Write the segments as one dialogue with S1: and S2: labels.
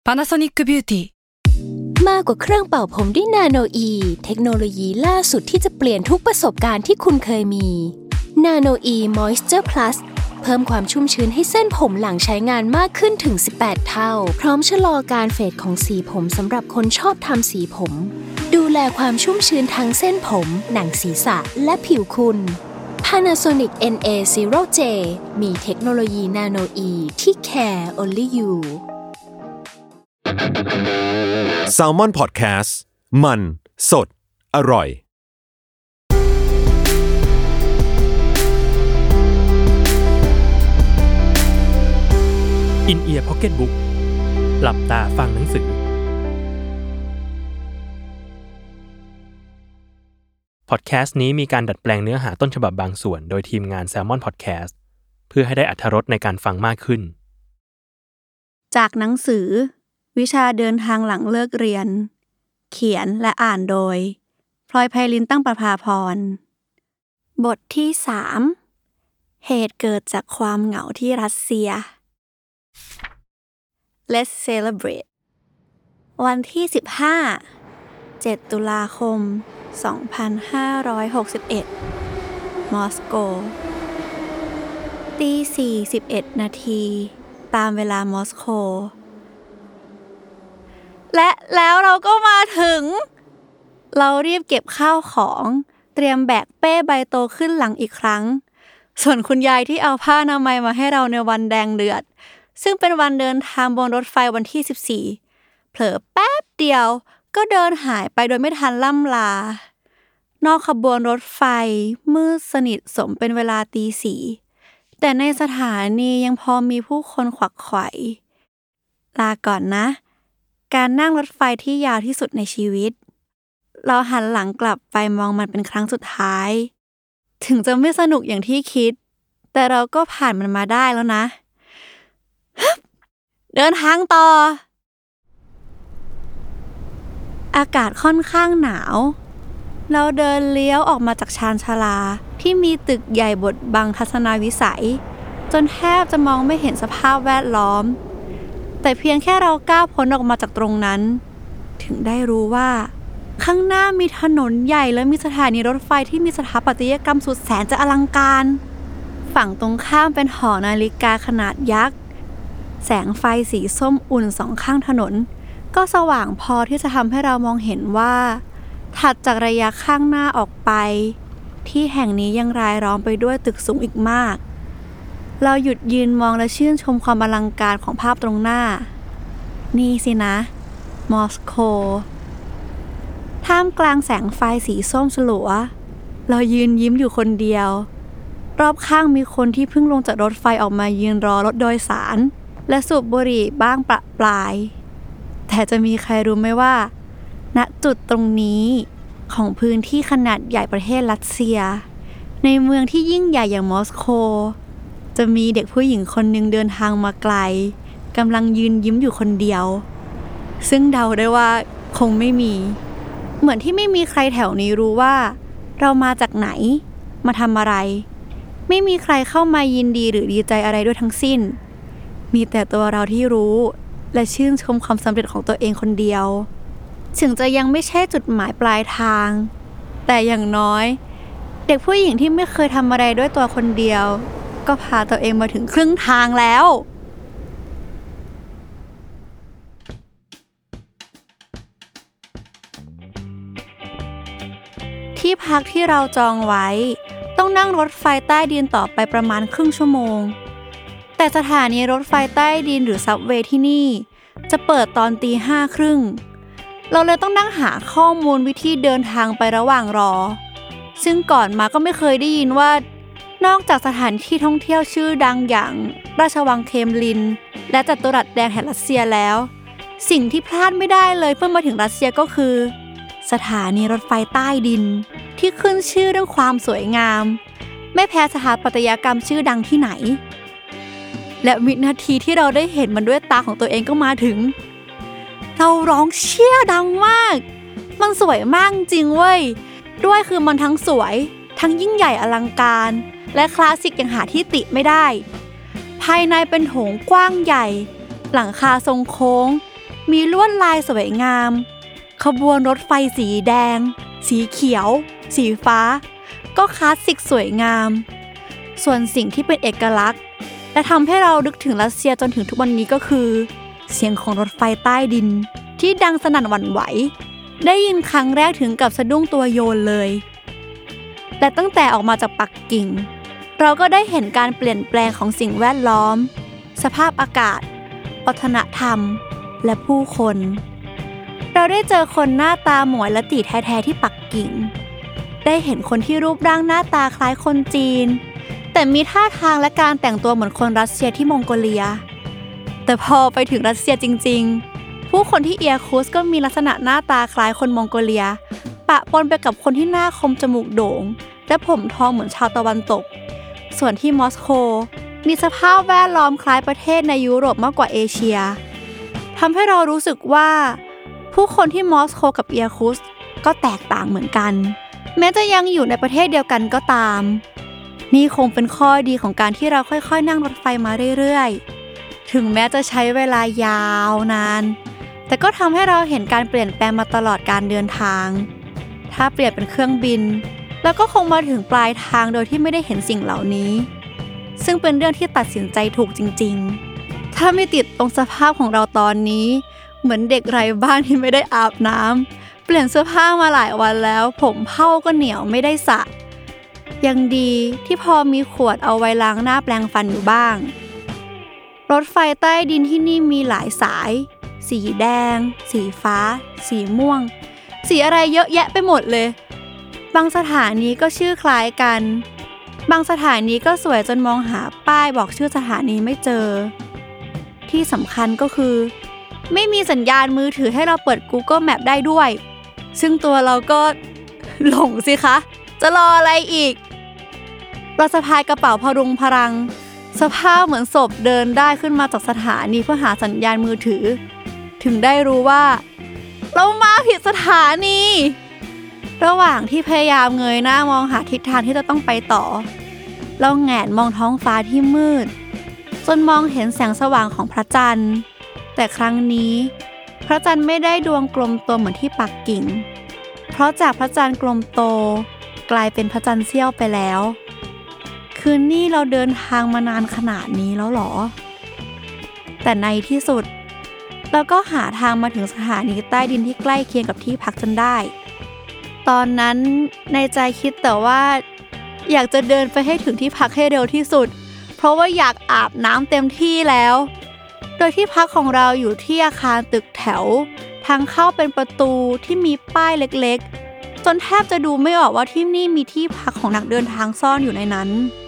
S1: Panasonic Beauty
S2: มากกว่าเครื่องเป่าผมด้วยนาโนอีเทคโนโลยีล่าสุดที่จะเปลี่ยนทุกประสบการณ์ที่คุณเคยมีนาโนอีมอยส์เจอร์พลัสเพิ่มความชุ่มชื้นให้เส้นผมหลังใช้งานมากขึ้นถึง18เท่าพร้อมชะลอการเฟดของสีผมสำหรับคนชอบทำสีผมดูแลความชุ่มชื้นทั้งเส้นผมหนังศีรษะและผิวคุณ Panasonic NA0J มีเทคโนโลยีนาโนอีที่ care only you
S3: Salmon Podcast มันสดอร่อย
S4: In Ear Pocket Book หลับตาฟังหนังสือพอดแคสต์นี้มีการดัดแปลงเนื้อหาต้นฉบับบางส่วนโดยทีมงาน Salmon Podcast เพื่อให้ได้อรรถรสในการฟังมากขึ้น
S5: จากหนังสือวิชาเดินทางหลังเลิกเรียนเขียนและอ่านโดยพลอยไพลินตั้งประภาพรบทที่3เหตุเกิดจากความเหงาที่รัสเซีย Let's celebrate วันที่7 ตุลาคม 2561 มอสโก 4:11 นาทีตามเวลามอสโกและแล้วเราก็มาถึงเรารีบเก็บข้าวของเตรียมแบกเป้ใบโตขึ้นหลังอีกครั้งส่วนคุณยายที่เอาผ้าอนามัยมาให้เราในวันแดงเดือดซึ่งเป็นวันเดินทางบนรถไฟวันที่14เผลอแป๊บเดียวก็เดินหายไปโดยไม่ทันล่ำลานอกขบวนรถไฟมืดสนิทสมเป็นเวลาตี 4แต่ในสถานียังพอมีผู้คนขวักไขว่ลาก่อนนะการนั่งรถไฟที่ยาวที่สุดในชีวิตเราหันหลังกลับไปมองมันเป็นครั้งสุดท้ายถึงจะไม่สนุกอย่างที่คิดแต่เราก็ผ่านมันมาได้แล้วนะเดินทางต่ออากาศค่อนข้างหนาวเราเดินเลี้ยวออกมาจากชานชาลาที่มีตึกใหญ่บดบังทัศนวิสัยจนแทบจะมองไม่เห็นสภาพแวดล้อมแต่เพียงแค่เราก้าวพ้นออกมาจากตรงนั้นถึงได้รู้ว่าข้างหน้ามีถนนใหญ่และมีสถานีรถไฟที่มีสถาปัตยกรรมสุดแสนจะอลังการฝั่งตรงข้ามเป็นหอนาฬิกาขนาดยักษ์แสงไฟสีส้มอุ่นสองข้างถนนก็สว่างพอที่จะทำให้เรามองเห็นว่าถัดจากระยะข้างหน้าออกไปที่แห่งนี้ยังรายล้อมไปด้วยตึกสูงอีกมากเราหยุดยืนมองและชื่นชมความอลังการของภาพตรงหน้านี่สินะมอสโกท่ามกลางแสงไฟสีส้มฉลัวเรายืนยิ้มอยู่คนเดียวรอบข้างมีคนที่เพิ่งลงจากรถไฟออกมายืนรอรถโดยสารและสูบบุหรี่บ้างประปรายแต่จะมีใครรู้ไหมว่าณจุดตรงนี้ของพื้นที่ขนาดใหญ่ประเทศรัสเซียในเมืองที่ยิ่งใหญ่อย่างมอสโกจะมีเด็กผู้หญิงคนหนึ่งเดินทางมาไกลกำลังยืนยิ้มอยู่คนเดียวซึ่งเดาได้ว่าคงไม่มีเหมือนที่ไม่มีใครแถวนี้รู้ว่าเรามาจากไหนมาทำอะไรไม่มีใครเข้ามายินดีหรือดีใจอะไรด้วยทั้งสิ้นมีแต่ตัวเราที่รู้และชื่นชมความสำเร็จของตัวเองคนเดียวถึงจะยังไม่ใช่จุดหมายปลายทางแต่อย่างน้อยเด็กผู้หญิงที่ไม่เคยทำอะไรด้วยตัวคนเดียวก็พาตัวเองมาถึงครึ่งทางแล้วที่พักที่เราจองไว้ต้องนั่งรถไฟใต้ดินต่อไปประมาณครึ่งชั่วโมงแต่สถานีรถไฟใต้ดินหรือซับเวย์ที่นี่จะเปิดตอน 5:30 เราเลยต้องนั่งหาข้อมูลวิธีเดินทางไประหว่างรอซึ่งก่อนมาก็ไม่เคยได้ยินว่านอกจากสถานที่ท่องเที่ยวชื่อดังอย่างราชวังเคมลินและจัตุรัสแดงแห่งรัสเซียแล้วสิ่งที่พลาดไม่ได้เลยเพื่อมาถึงรัสเซียก็คือสถานีรถไฟใต้ดินที่ขึ้นชื่อเรื่องความสวยงามไม่แพ้สถาปัตยกรรมชื่อดังที่ไหนและวินาทีที่เราได้เห็นมันด้วยตาของตัวเองก็มาถึงเราร้องเชียร์ดังมากมันสวยมากจริงเว้ยด้วยคือมันทั้งสวยทั้งยิ่งใหญ่อลังการและคลาสสิกอย่างหาที่ติไม่ได้ภายในเป็นโถงกว้างใหญ่หลังคาทรงโค้งมีลวดลายสวยงามขบวนรถไฟสีแดงสีเขียวสีฟ้าก็คลาสสิกสวยงามส่วนสิ่งที่เป็นเอกลักษณ์และทำให้เรานึกถึงรัสเซียจนถึงทุกวันนี้ก็คือเสียงของรถไฟใต้ดินที่ดังสนั่นหวั่นไหวได้ยินครั้งแรกถึงกับสะดุ้งตัวโยนเลยและตั้งแต่ออกมาจากปักกิ่งเราก็ได้เห็นการเปลี่ยนแปลงของสิ่งแวดล้อมสภาพอากาศวัฒนธรรมและผู้คนเราได้เจอคนหน้าตาหมวยและตีแท้ๆที่ปักกิ่งได้เห็นคนที่รูปร่างหน้าตาคล้ายคนจีนแต่มีท่าทางและการแต่งตัวเหมือนคนรัสเซียที่มองโกเลียแต่พอไปถึงรัสเซียจริงๆผู้คนที่เอียร์คุสก็มีลักษณะหน้าตาคล้ายคนมองโกเลียปะปนไปกับคนที่หน้าคมจมูกโด่งและผมทองเหมือนชาวตะวันตกส่วนที่มอสโกมีสภาพแวดล้อมคล้ายประเทศในยุโรปมากกว่าเอเชียทำให้เรารู้สึกว่าผู้คนที่มอสโกกับเอียร์คุสก็แตกต่างเหมือนกันแม้จะยังอยู่ในประเทศเดียวกันก็ตามนี่คงเป็นข้อดีของการที่เราค่อยๆนั่งรถไฟมาเรื่อยๆถึงแม้จะใช้เวลายาวนานแต่ก็ทำให้เราเห็นการเปลี่ยนแปลงมาตลอดการเดินทางถ้าเปลี่ยนเป็นเครื่องบินแล้วก็คงมาถึงปลายทางโดยที่ไม่ได้เห็นสิ่งเหล่านี้ซึ่งเป็นเรื่องที่ตัดสินใจถูกจริงๆถ้าไม่ติดตรงสภาพของเราตอนนี้เหมือนเด็กไร้บ้านที่ไม่ได้อาบน้ำเปลี่ยนเสื้อผ้ามาหลายวันแล้วผมเผ้าก็เหนียวไม่ได้สระยังดีที่พอมีขวดเอาไว้ล้างหน้าแปรงฟันอยู่บ้างรถไฟใต้ดินที่นี่มีหลายสายสีแดงสีฟ้าสีม่วงสีอะไรเยอะแยะไปหมดเลยบางสถานีก็ชื่อคล้ายกันบางสถานีก็สวยจนมองหาป้ายบอกชื่อสถานีไม่เจอที่สำคัญก็คือไม่มีสัญญาณมือถือให้เราเปิด Google Map ได้ด้วยซึ่งตัวเราก็หลงสิคะจะรออะไรอีกเราสะพายกระเป๋าพรุงพรังสภาพเหมือนศพเดินได้ขึ้นมาจากสถานีเพื่อหาสัญญาณมือถือถึงได้รู้ว่าเรามาผิดสถานีระหว่างที่พยายามเงยหน้ามองหาทิศทางที่จะต้องไปต่อเราแหงนมองท้องฟ้าที่มืดจนมองเห็นแสงสว่างของพระจันทร์แต่ครั้งนี้พระจันทร์ไม่ได้ดวงกลมโตเหมือนที่ปักกิ่งเพราะจากพระจันทร์กลมโตกลายเป็นพระจันทร์เสี้ยวไปแล้วคืนนี้เราเดินทางมานานขนาดนี้แล้วหรอแต่ในที่สุดเราก็หาทางมาถึงสถานีใต้ดินที่ใกล้เคียงกับที่พักจนได้ตอนนั้นในใจคิดแต่ว่าอยากจะเดินไปให้ถึงที่พักให้เร็วที่สุดเพราะว่าอยากอาบน้ำเต็มที่แล้วโดยที่พักของเราอยู่ที่อาคารตึกแถวทางเข้าเป็นประตูที่มีป้ายเล็กๆจนแทบจะดูไม่ออกว่าที่นี่มีที่พักของนักเดินทางซ่อนอยู่ในนั้น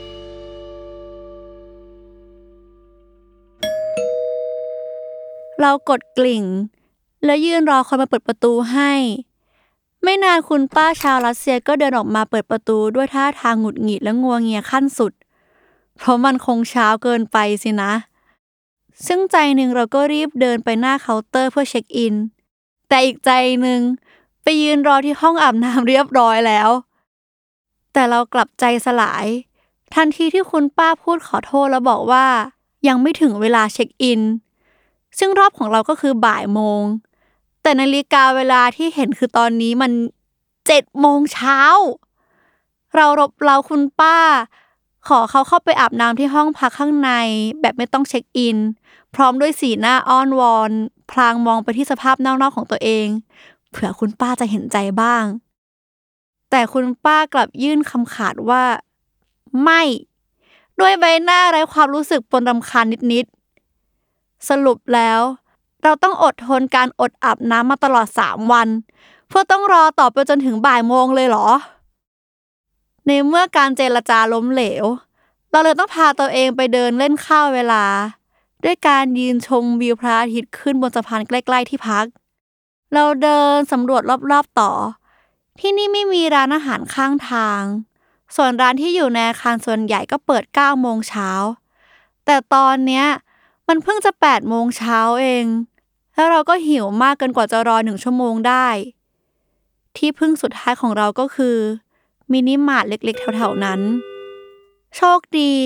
S5: เรากดกลิ่งแล้วยืนรอคนมาเปิดประตูให้ไม่นานคุณป้าชาวรัสเซียก็เดินออกมาเปิดประตูด้วยท่าทางหงุดหงิดและงัวเงียขั้นสุดเพราะมันคงเช้าเกินไปสินะซึ่งใจหนึ่งเราก็รีบเดินไปหน้าเคาน์เตอร์เพื่อเช็คอินแต่อีกใจหนึ่งไปยืนรอที่ห้องอาบน้ำเรียบร้อยแล้วแต่เรากลับใจสลายทันทีที่คุณป้าพูดขอโทษแล้วบอกว่ายังไม่ถึงเวลาเช็คอินซึ่งรอบของเราก็คือบ่ายโมงแต่นาฬิกาเวลาที่เห็นคือตอนนี้มัน7 โมงเช้าเรารบเร้าคุณป้าขอเขาเข้าไปอาบน้ำที่ห้องพักข้างในแบบไม่ต้องเช็คอินพร้อมด้วยสีหน้าอ้อนวอนพลางมองไปที่สภาพนอกๆของตัวเองเผื่อคุณป้าจะเห็นใจบ้างแต่คุณป้ากลับยื่นคำขาดว่าไม่ด้วยใบหน้าไร้ความรู้สึกปนรำคาญนิดๆสรุปแล้วเราต้องอดทนการอดอาบน้ำมาตลอด3 วันเพื่อต้องรอต่อไปจนถึงบ่ายโมงเลยเหรอในเมื่อการเจรจาล้มเหลวเราเลยต้องพาตัวเองไปเดินเล่นข้าวเวลาด้วยการยืนชมวิวพระอาทิตย์ขึ้นบนสะพานใกล้ๆที่พักเราเดินสำรวจรอบๆต่อที่นี่ไม่มีร้านอาหารข้างทางส่วนร้านที่อยู่ในอาคารส่วนใหญ่ก็เปิด 9 โมงเช้าแต่ตอนเนี้ยมันเพิ่งจะ 8 โมงเช้าเองแล้วเราก็หิวมากเกินกว่าจะรอ1 ชั่วโมงได้ที่พึ่งสุดท้ายของเราก็คือมินิมาร์ทเล็กๆแถวๆนั้นโชคดี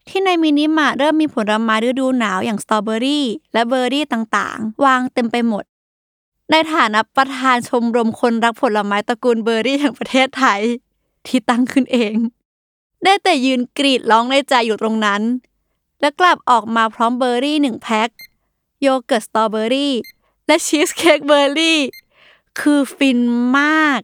S5: ที่ในมินิมาร์ทเริ่มมีผลไม้ฤดูหนาวอย่างสตรอเบอรี่และเบอร์รี่ต่างๆวางเต็มไปหมดในฐานะประธานชมรมคนรักผลไม้ตระกูลเบอร์รี่แห่งประเทศไทยที่ตั้งขึ้นเองได้แต่ยืนกรีดร้องในใจอยู่ตรงนั้นและกลับออกมาพร้อมเบอร์รี่1แพ็คโยเกิร์ตสตรอเบอรี่และชีสเค้กเบอร์รี่คือฟินมาก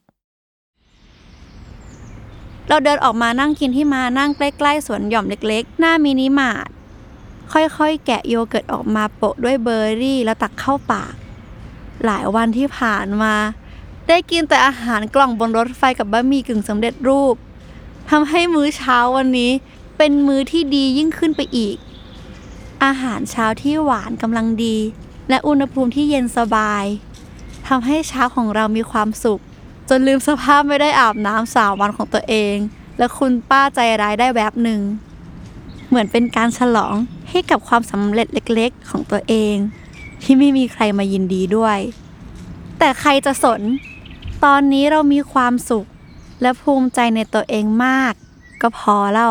S5: เราเดินออกมานั่งกินที่มานั่งใกล้ๆสวนหย่อมเล็กๆหน้ามินิมาร์ทค่อยๆแกะโยเกิร์ตออกมาโปะด้วยเบอร์รี่แล้วตักเข้าปากหลายวันที่ผ่านมาได้กินแต่อาหารกล่องบนรถไฟกับบะหมี่กึ่งสำเร็จรูปทำให้มื้อเช้าวันนี้เป็นมื้อที่ดียิ่งขึ้นไปอีกอาหารเช้าที่หวานกำลังดีและอุณหภูมิที่เย็นสบายทำให้เช้าของเรามีความสุขจนลืมสภาพไม่ได้อาบน้ำ3 วันของตัวเองและคุณป้าใจร้ายได้แวบหนึ่งเหมือนเป็นการฉลองให้กับความสำเร็จเล็กๆของตัวเองที่ไม่มีใครมายินดีด้วยแต่ใครจะสนตอนนี้เรามีความสุขและภูมิใจในตัวเองมากก็พอแล้ว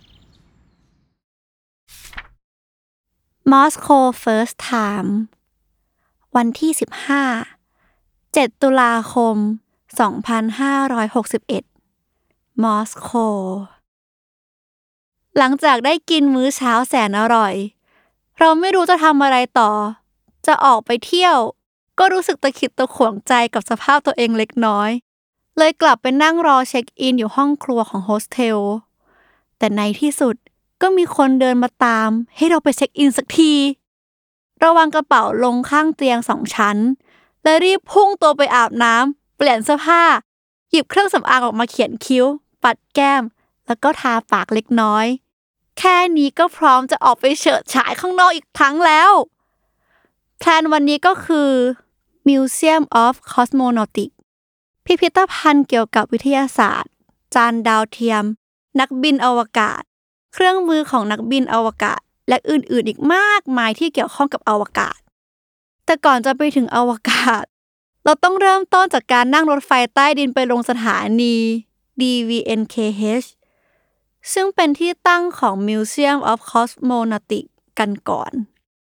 S5: Moscow First Time วันที่7 ตุลาคม 2561 มอสโกหลังจากได้กินมื้อเช้าแสนอร่อยเราไม่รู้จะทำอะไรต่อจะออกไปเที่ยวก็รู้สึกตะขิดตะขวงใจกับสภาพตัวเองเล็กน้อยเลยกลับไปนั่งรอเช็คอินอยู่ห้องครัวของโฮสเทลแต่ในที่สุดก็มีคนเดินมาตามให้เราไปเช็คอินสักทีระวังกระเป๋าลงข้างเตียง2 ชั้นและรีบพุ่งตัวไปอาบน้ำเปลี่ยนเสื้อผ้าหยิบเครื่องสำอางออกมาเขียนคิ้วปัดแก้มแล้วก็ทาปากเล็กน้อยแค่นี้ก็พร้อมจะออกไปเฉิดฉายข้างนอกอีกครั้งแล้วแพลนวันนี้ก็คือ Museum of Cosmonautics พิพิธภัณฑ์เกี่ยวกับวิทยาศาสตร์จานดาวเทียมนักบินอวกาศเครื่องมือของนักบินอวกาศและอื่นๆอีกมากมายที่เกี่ยวข้องกับอวกาศแต่ก่อนจะไปถึงอวกาศเราต้องเริ่มต้นจากการนั่งรถไฟใต้ดินไปลงสถานี DVNKH ซึ่งเป็นที่ตั้งของ Museum of Cosmonautics กันก่อน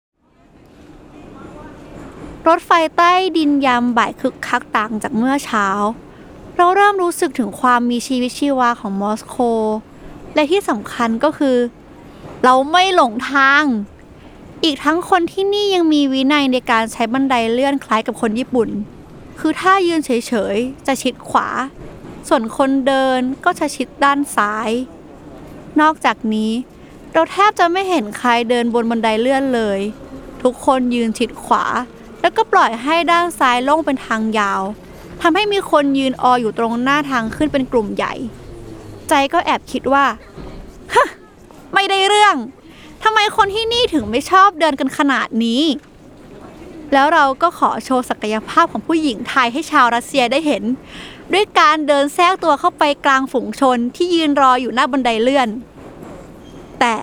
S5: รถไฟใต้ดินยามบ่ายคึกคักต่างจากเมื่อเช้าเราเริ่มรู้สึกถึงความมีชีวิตชีวาของมอสโกและที่สำคัญก็คือเราไม่หลงทางอีกทั้งคนที่นี่ยังมีวินัยในการใช้บันไดเลื่อนคล้ายกับคนญี่ปุ่นคือถ้ายืนเฉยๆจะชิดขวาส่วนคนเดินก็จะชิดด้านซ้ายนอกจากนี้เราแทบจะไม่เห็นใครเดินบนบันไดเลื่อนเลยทุกคนยืนชิดขวาแล้วก็ปล่อยให้ด้านซ้ายโล่งเป็นทางยาวทำให้มีคนยืนอยู่ตรงหน้าทางขึ้นเป็นกลุ่มใหญ่ใจก็แอบคิดว่าฮะไม่ได้เรื่องทำไมคนที่นี่ถึงไม่ชอบเดินกันขนาดนี้แล้วเราก็ขอโชว์ศักยภาพของผู้หญิงไทยให้ชาวรัสเซียได้เห็นด้วยการเดินแทรกตัวเข้าไปกลางฝูงชนที่ยืนรออยู่หน้าบันไดเลื่อนแต่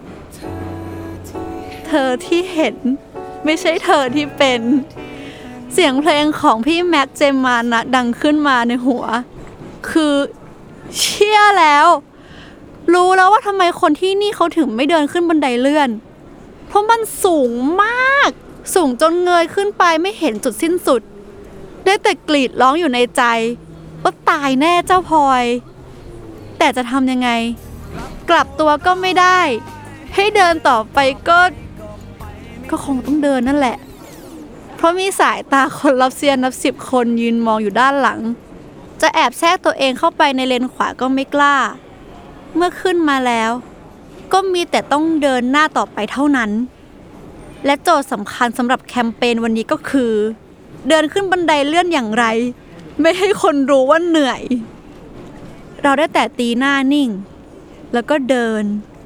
S5: เธอที่เห็นไม่ใช่เธอที่เป็นเสียงเพลงของพี่แม็กเจมมานะดังขึ้นมาในหัวคือเชื่อแล้วรู้แล้วว่าทำไมคนที่นี่เขาถึงไม่เดินขึ้นบันไดเลื่อนเพราะมันสูงมากสูงจนเงยขึ้นไปไม่เห็นจุดสิ้นสุดได้แต่กรีดร้องอยู่ในใจว่าตายแน่เจ้าพลอยแต่จะทำยังไงกลับตัวก็ไม่ได้ให้เดินต่อไปก็คงต้องเดินนั่นแหละเพราะมีสายตาคนรัสเซียนับ10 คนยืนมองอยู่ด้านหลังจะแอบแทรกตัวเองเข้าไปในเลนขวาก็ไม่กล้าเมื่อขึ้นมาแล้วก็มีแต่ต้องเดินหน้าต่อไปเท่านั้นและโจทย์สำคัญสำหรับแคมเปญวันนี้ก็คือเดินขึ้นบันไดเลื่อนอย่างไรไม่ให้คนรู้ว่าเหนื่อยเราได้แต่ตีหน้านิ่งแล้วก็เดิน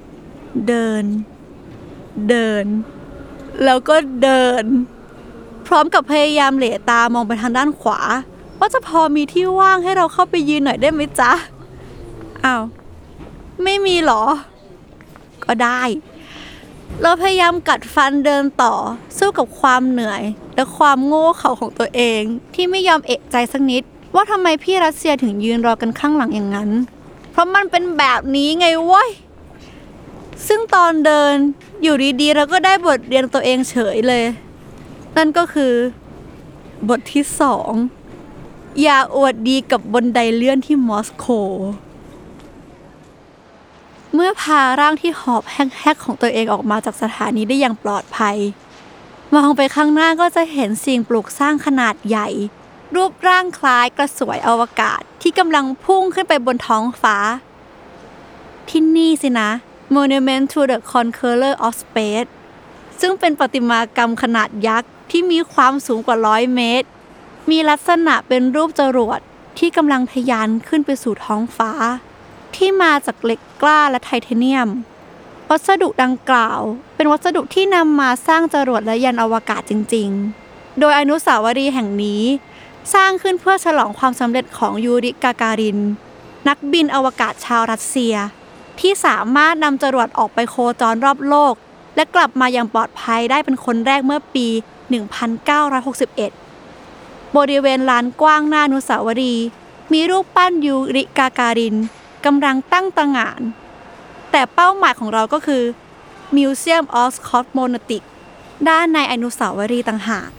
S5: แล้วก็เดินพร้อมกับพยายามเหลตามองไปทางด้านขวาว่าจะพอมีที่ว่างให้เราเข้าไปยืนหน่อยได้ไหมจ๊ะอ้าวไม่มีหรอก็ได้เราพยายามกัดฟันเดินต่อสู้กับความเหนื่อยและความโง่เขลาของตัวเองที่ไม่ยอมเอะใจสักนิดว่าทำไมพี่รัสเซียถึงยืนรอกันข้างหลังอย่างนั้นเพราะมันเป็นแบบนี้ไงเว้ยซึ่งตอนเดินอยู่ดีๆเราก็ได้บทเรียนตัวเองเฉยเลยนั่นก็คือบทที่2อย่าอวดดีกับบนไดเลื่อนที่มอสโกเมื่อพาร่างที่หอบแฮกๆของตัวเองออกมาจากสถานีได้อย่างปลอดภัยมองไปข้างหน้าก็จะเห็นสิ่งปลูกสร้างขนาดใหญ่รูปร่างคล้ายกระสวยอวกาศที่กำลังพุ่งขึ้นไปบนท้องฟ้าที่นี่สินะ Monument to the Conqueror of Space ซึ่งเป็นประติมากรรมขนาดยักษ์ที่มีความสูงกว่า100 เมตรมีลักษณะเป็นรูปจรวดที่กำลังทะยานขึ้นไปสู่ท้องฟ้าที่มาจากเหล็กกล้าและไทเทเนียมวัสดุดังกล่าวเป็นวัสดุที่นำมาสร้างจรวดและยานอวกาศจริงๆโดยอนุสาวรีย์แห่งนี้สร้างขึ้นเพื่อฉลองความสำเร็จของยูริกาการินนักบินอวกาศชาวรัสเซียที่สามารถนำจรวดออกไปโคจรรอบโลกและกลับมาอย่างปลอดภัยได้เป็นคนแรกเมื่อปี 1961 บริเวณลานกว้างหน้าอนุสาวรีย์มีรูปปั้นยูริกาการินกำลังตั้งตระหง่านแต่เป้าหมายของเราก็คือ Museum of Cosmonautics ด้านในอนุสาวรีย์ต่างหาก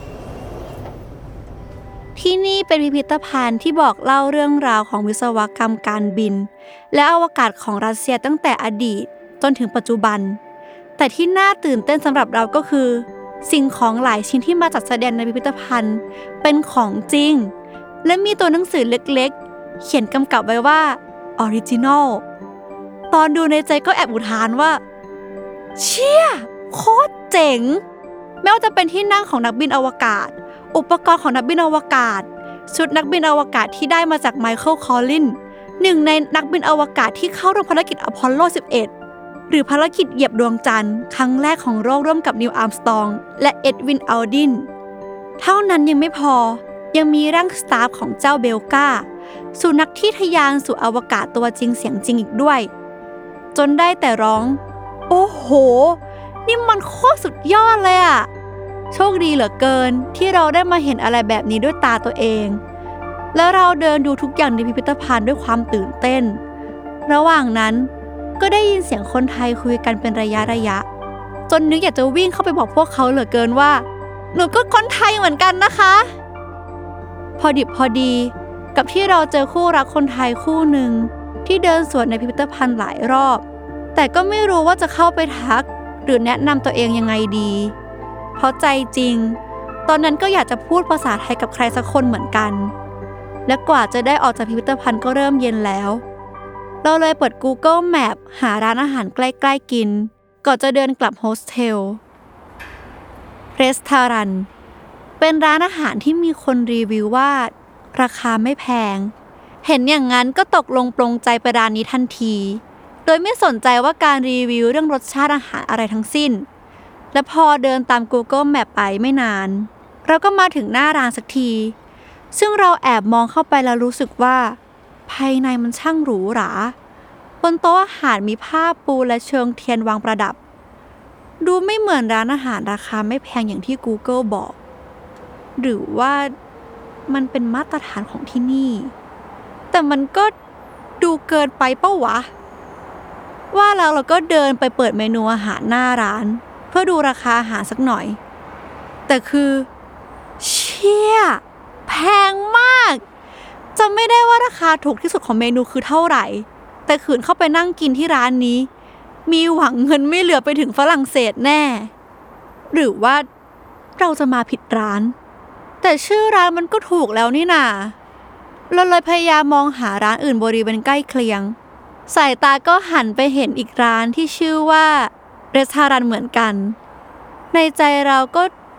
S5: ที่นี่เป็นพิพิธภัณฑ์ที่บอกเล่าเรื่องราวของวิศวกรรมการบินและอวกาศของรัสเซียตั้งแต่อดีตจนถึงปัจจุบันแต่ที่น่าตื่นเต้นสำหรับเราก็คือสิ่งของหลายชิ้นที่มาจัดแสดงในพิพิธภัณฑ์เป็นของจริงและมีตัวหนังสือเล็กๆเขียนกำกับไว้ว่า Original ตอนดูในใจก็แอบอุทานว่าเชี่ยโคตรเจ๋งไม่ว่าจะเป็นที่นั่งของนักบินอวกาศอุปกรณ์ของนักบินอวกาศชุดนักบินอวกาศที่ได้มาจากไมเคิลคอลลินหนึ่งในนักบินอวกาศที่เข้าร่วมภารกิจอพอลโล 11หรือภารกิจเหยียบดวงจันทร์ครั้งแรกของโลกร่วมกับนิวอาร์มสตรองและเอ็ดวินอัลดินเท่านั้นยังไม่พอยังมีร่างสตาฟของเจ้าเบลกาสุนัขที่ทะยานสู่อวกาศตัวจริงเสียงจริงอีกด้วยจนได้แต่ร้องโอ้โหนี่มันโคตรสุดยอดเลยอะโชคดีเหลือเกินที่เราได้มาเห็นอะไรแบบนี้ด้วยตาตัวเองแล้วเราเดินดูทุกอย่างในพิพิธภัณฑ์ด้วยความตื่นเต้นระหว่างนั้นก็ได้ยินเสียงคนไทยคุยกันเป็นระยะจนนึกอยากจะวิ่งเข้าไปบอกพวกเขาเหลือเกินว่าหนูก็คนไทยเหมือนกันนะคะพอดิบพอดีกับที่เราเจอคู่รักคนไทยคู่หนึ่งที่เดินสวนในพิพิธภัณฑ์หลายรอบแต่ก็ไม่รู้ว่าจะเข้าไปทักหรือแนะนำตัวเองยังไงดีเพราะใจจริงตอนนั้นก็อยากจะพูดภาษาไทยกับใครสักคนเหมือนกันและกว่าจะได้ออกจากพิพิธภัณฑ์ก็เริ่มเย็นแล้วเราเลยเปิด Google Map หาร้านอาหารใกล้ๆกินก่อนจะเดินกลับโฮสเทลเรสทอรันเป็นร้านอาหารที่มีคนรีวิวว่าราคาไม่แพงเห็นอย่างนั้นก็ตกลงปลงใจไปร้านนี้ทันทีโดยไม่สนใจว่าการรีวิวเรื่องรสชาติอาหารอะไรทั้งสิ้นและพอเดินตาม Google Map ไปไม่นานเราก็มาถึงหน้าร้านสักทีซึ่งเราแอบมองเข้าไปแล้วรู้สึกว่าภายในมันช่างหรูหราบนโต๊ะอาหารมีผ้าปูและเชิงเทียนวางประดับดูไม่เหมือนร้านอาหารราคาไม่แพงอย่างที่ Google บอกหรือว่ามันเป็นมาตรฐานของที่นี่แต่มันก็ดูเกินไปเป้าวะว่าแล้วเราก็เดินไปเปิดเมนูอาหารหน้าร้านเพื่อดูราคาอาหารสักหน่อยแต่คือเชี่ยแพงมากจำไม่ได้ว่าราคาถูกที่สุดของเมนูคือเท่าไหร่แต่ขืนเข้าไปนั่งกินที่ร้านนี้มีหวังเงินไม่เหลือไปถึงฝรั่งเศสแน่หรือว่าเราจะมาผิดร้านแต่ชื่อร้านมันก็ถูกแล้วนี่นาเราเลยพยายามมองหาร้านอื่นบริเวณใกล้เคียงสายตาก็หันไปเห็นอีกร้านที่ชื่อว่าเรสทอรันเหมือนกันในใจเราก็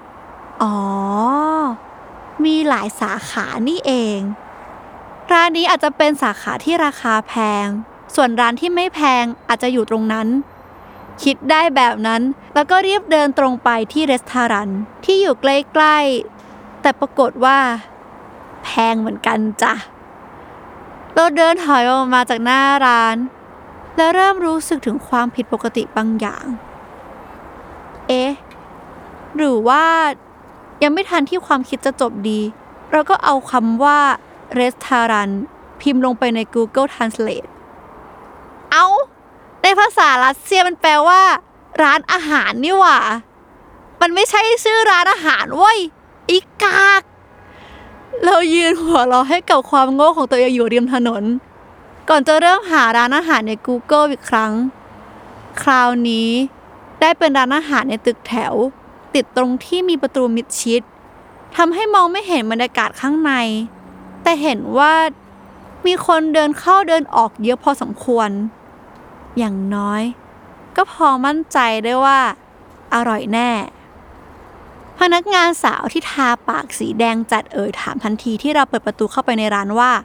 S5: มีหลายสาขานี่เองร้านนี้อาจจะเป็นสาขาที่ราคาแพงส่วนร้านที่ไม่แพงอาจจะอยู่ตรงนั้นคิดได้แบบนั้นแล้วก็รีบเดินตรงไปที่เรสทอรันที่อยู่ใกล้ๆแต่ปรากฏว่าแพงเหมือนกันจ้ะเราเดินถอยออกมาจากหน้าร้านและเริ่มรู้สึกถึงความผิดปกติบางอย่างหรือว่ายังไม่ทันที่ความคิดจะจบดีเราก็เอาคำว่า restaurant พิมพ์ลงไปใน Google Translate ในภาษารัสเซียมันแปลว่าร้านอาหารนี่หว่ามันไม่ใช่ชื่อร้านอาหารเว้ยอีกากเรายืนหัวเราะให้กับความโง่ของตัวเองอยู่ริมถนนก่อนจะเริ่มหาร้านอาหารใน Google อีกครั้งคราวนี้ได้เป็นร้านอาหารในตึกแถวติดตรงที่มีประตูมิดชิดทำให้มองไม่เห็นบรรยากาศข้างในแต่เห็นว่ามีคนเดินเข้าเดินออกเยอะพอสมควรอย่างน้อยก็พอมั่นใจได้ว่าอร่อยแน่พนักงานสาวที่ทาปากสีแดงจัดถามทันทีที่เราเปิดประตูเข้าไปในร้านว่า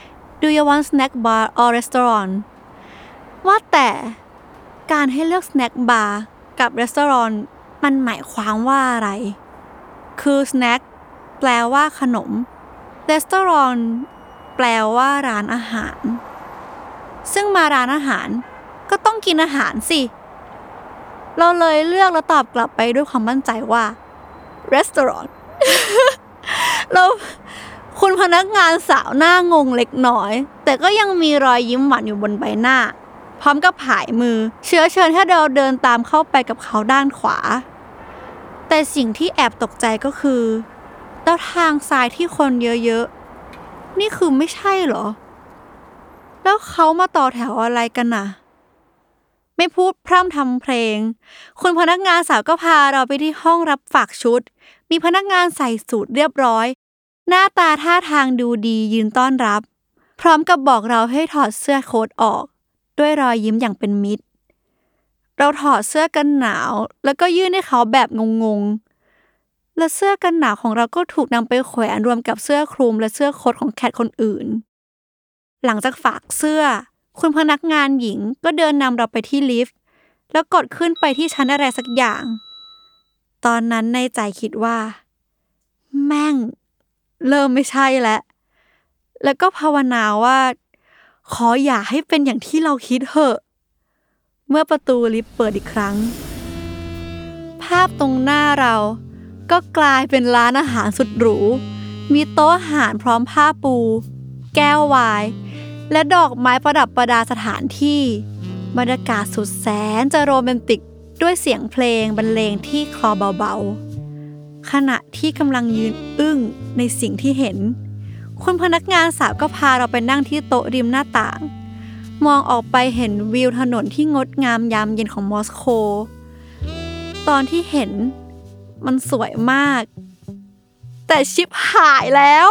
S5: Do you want snack bar or restaurant ว่าแต่การให้เลือก snack bar กับ restaurant มันหมายความว่าอะไรคือ snack แปลว่าขนม restaurant แปลว่าร้านอาหารซึ่งมาร้านอาหารก็ต้องกินอาหารสิเราเลยเลือกและตอบกลับไปด้วยความมั่นใจว่า restaurant แล้วคุณพนักงานสาวหน้างงเล็กน้อยแต่ก็ยังมีรอยยิ้มหวานอยู่บนใบหน้าพร้อมกับผายมือเชื้อเชิญให้เราเดินตามเข้าไปกับเขาด้านขวาแต่สิ่งที่แอบตกใจก็คือแล้วทางซ้ายที่คนเยอะๆนี่คือไม่ใช่เหรอแล้วเขามาต่อแถวอะไรกันน่ะไม่พูดพร่ำทำเพลงคุณพนักงานสาวก็พาเราไปที่ห้องรับฝากชุดมีพนักงานใส่สูทเรียบร้อยหน้าตาท่าทางดูดียืนต้อนรับพร้อมกับบอกเราให้ถอดเสื้อโค้ทออกด้วยรอยยิ้มอย่างเป็นมิตรเราถอดเสื้อกันหนาวแล้วก็ยื่นให้เขาแบบงงๆและเสื้อกันหนาวของเราก็ถูกนำไปแขวนรวมกับเสื้อคลุมและเสื้อโค้ทของแขกคนอื่นหลังจากฝากเสื้อคุณพนักงานหญิงก็เดินนำเราไปที่ลิฟต์แล้วกดขึ้นไปที่ชั้นอะไรสักอย่างตอนนั้นในใจคิดว่าแม่งเริ่มไม่ใช่แล้วก็ภาวนาว่าขออย่าให้เป็นอย่างที่เราคิดเถอะเมื่อประตูลิฟต์เปิดอีกครั้งภาพตรงหน้าเราก็กลายเป็นร้านอาหารสุดหรูมีโต๊ะอาหารพร้อมผ้าปูแก้วไวน์และดอกไม้ประดับประดาสถานที่บรรยากาศสุดแสนจะโรแมนติกด้วยเสียงเพลงบรรเลงที่คลอเบาๆขณะที่กำลังยืนอึ้งในสิ่งที่เห็นคุณพนักงานสาวก็พาเราไปนั่งที่โต๊ะริมหน้าต่างมองออกไปเห็นวิวถนนที่งดงามยามเย็นของมอสโกตอนที่เห็นมันสวยมากแต่ชิบหายแล้ว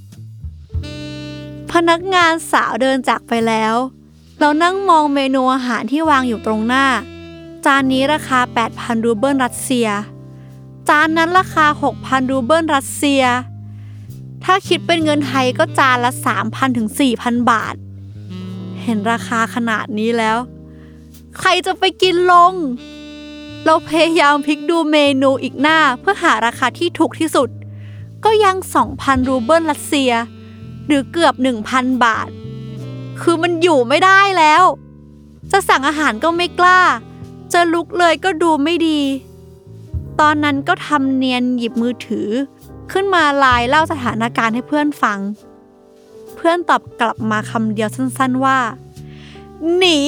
S5: พนักงานสาวเดินจากไปแล้วเรานั่งมองเมนูอาหารที่วางอยู่ตรงหน้าจานนี้ราคา 8,000 รูเบิลรัสเซียจานนั้นราคา 6,000 รูเบิลรัสเซียถ้าคิดเป็นเงินไทยก็จานละ 3,000 ถึง 4,000 บาทเห็นราคาขนาดนี้แล้วใครจะไปกินลงเราพยายามพลิกดูเมนูอีกหน้าเพื่อหาราคาที่ถูกที่สุดก็ยัง 2,000 รูเบิลรัสเซียหรือเกือบ 1,000 บาทคือมันอยู่ไม่ได้แล้วจะสั่งอาหารก็ไม่กล้าจะลุกเลยก็ดูไม่ดีตอนนั้นก็ทำเนียนหยิบมือถือขึ้นมาไลน์เล่าสถานการณ์ให้เพื่อนฟังเพื่อนตอบกลับมาคำเดียวสั้นๆว่าหนี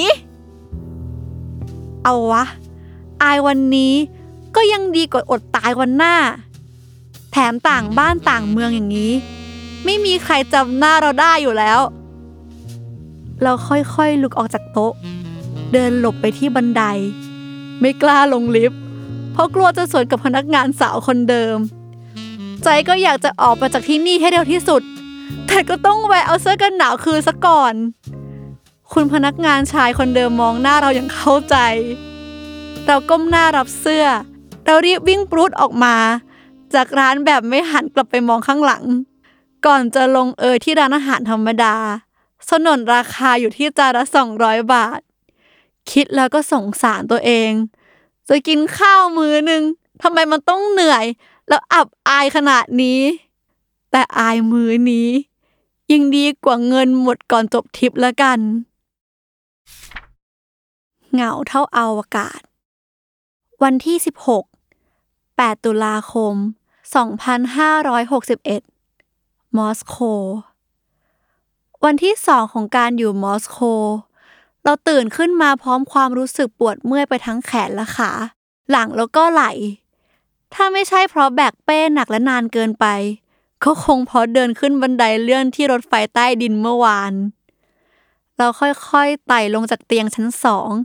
S5: เอาวะอายวันนี้ก็ยังดีกว่าอดตายวันหน้าแถมต่างบ้านต่างเมืองอย่างนี้ไม่มีใครจำหน้าเราได้อยู่แล้วเราค่อยๆลุกออกจากโต๊ะเดินหลบไปที่บันไดไม่กล้าลงลิฟต์เพราะกลัวจะสวนกับพนักงานสาวคนเดิมใจก็อยากจะออกไปจากที่นี่ให้เร็วที่สุดแต่ก็ต้องแวะเอาเสื้อกันหนาวคืนซะก่อนคุณพนักงานชายคนเดิมมองหน้าเราอย่างเข้าใจเราก้มหน้ารับเสื้อเรารีบวิ่งปรูดออกมาจากร้านแบบไม่หันกลับไปมองข้างหลังก่อนจะลงที่ร้านอาหารธรรมดาสนนราคาอยู่ที่จานละ200 บาทคิดแล้วก็สงสารตัวเองจะกินข้าวมื้อนึงทำไมมันต้องเหนื่อยแล้วอับอายขนาดนี้แต่อายมื้อนี้ยังดีกว่าเงินหมดก่อนจบทริปแล้วกันเหงาเท่าอวกาศวันที่8 ตุลาคม 2561 มอสโกวันที่2ของการอยู่มอสโกเราตื่นขึ้นมาพร้อมความรู้สึกปวดเมื่อยไปทั้งแขนและขาหลังแล้วก็ไหล่ถ้าไม่ใช่เพราะแบกเป้หนักและนานเกินไปก็คงเพราะเดินขึ้นบันไดเลื่อนที่รถไฟใต้ดินเมื่อวานเราค่อยๆไต่ลงจากเตียงชั้น